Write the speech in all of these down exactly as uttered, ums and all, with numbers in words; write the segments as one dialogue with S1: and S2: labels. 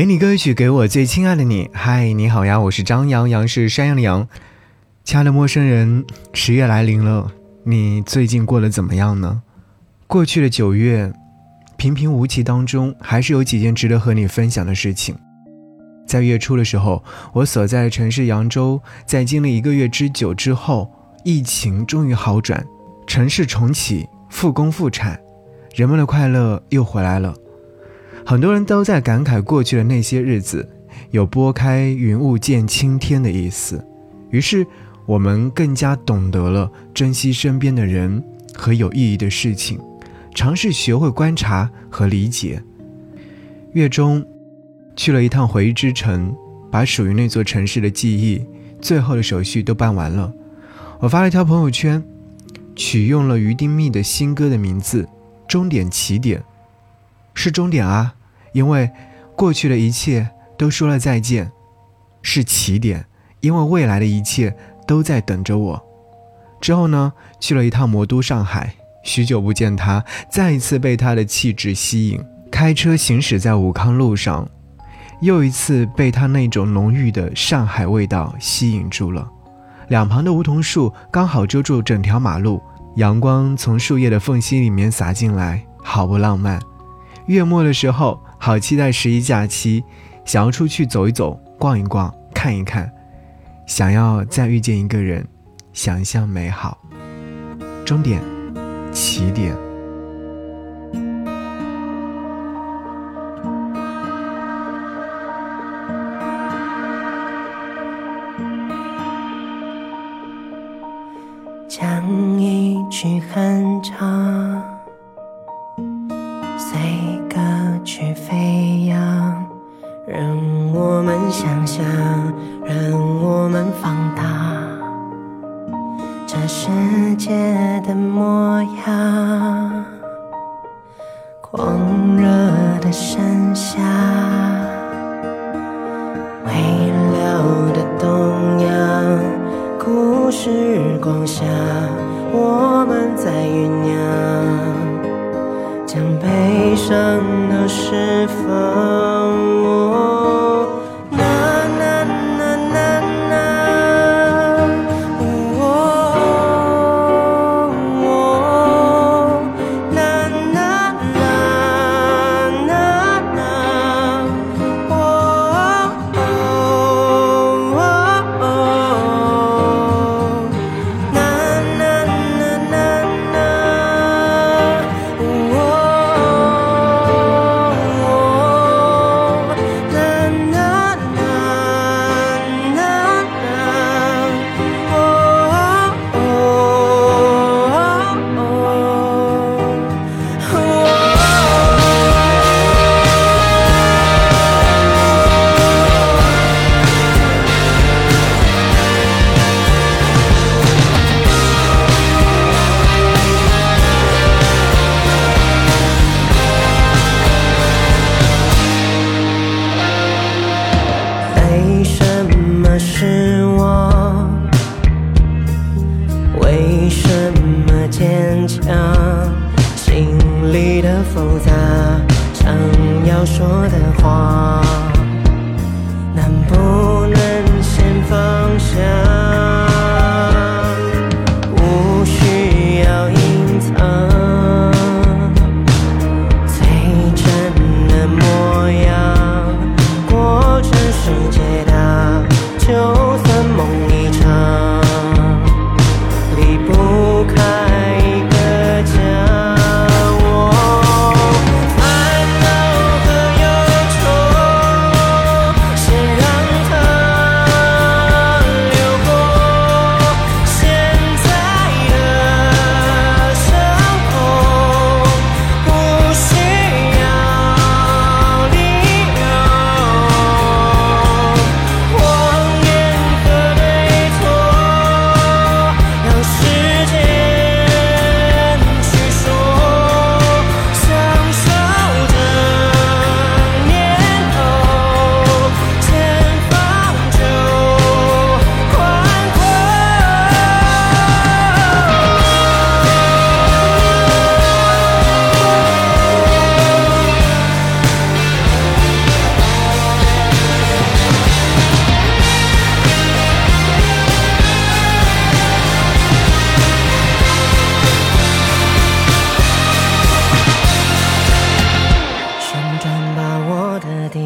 S1: 给你歌曲，给我最亲爱的你。嗨，你好呀，我是张阳，阳是山羊的羊。亲爱的陌生人，十月来临了，你最近过得怎么样呢？过去的九月，平平无奇当中，还是有几件值得和你分享的事情。在月初的时候，我所在的城市扬州，在经历一个月之久之后，疫情终于好转，城市重启，复工复产，人们的快乐又回来了。很多人都在感慨过去的那些日子，有拨开云雾见青天的意思。于是我们更加懂得了珍惜身边的人和有意义的事情，尝试学会观察和理解。月中去了一趟回忆之城，把属于那座城市的记忆最后的手续都办完了。我发了一条朋友圈，取用了于丁密的新歌的名字，终点起点。是终点啊，因为过去的一切都说了再见。是起点，因为未来的一切都在等着我。之后呢，去了一趟魔都上海，许久不见他，再一次被他的气质吸引。开车行驶在武康路上，又一次被他那种浓郁的上海味道吸引住了。两旁的梧桐树刚好遮住整条马路，阳光从树叶的缝隙里面洒进来，好不浪漫。月末的时候，好期待十一假期，想要出去走一走，逛一逛，看一看，想要再遇见一个人，想象美好。终点，起点。
S2: 讲一句哼唱，随歌曲飞扬，让我们想象，让我们放大这世界的模样。狂热的盛夏，未了的东阳，故事光下，我们在酝酿，将悲伤都释放。哦，啦啦啦啦啦，哦哦，啦啦啦啦啦，哦哦哦，啦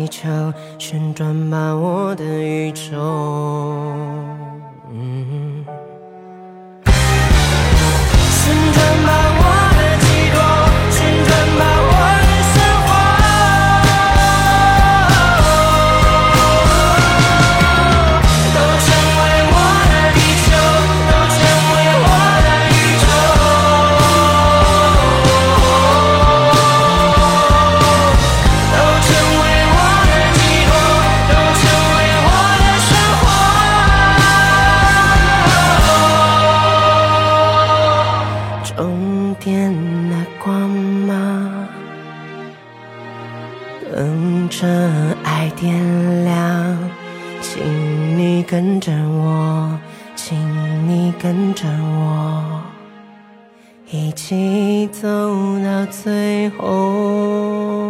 S2: 地球，旋转吧我的宇宙。嗯，旋转吧我的寄托，旋转吧我的生活，都成为我的地球，都成为我的宇宙，都成为我的寄托，都成为我的生活。终点的光芒，等着爱点亮，请你跟着我，请你跟着我，一起走到最后。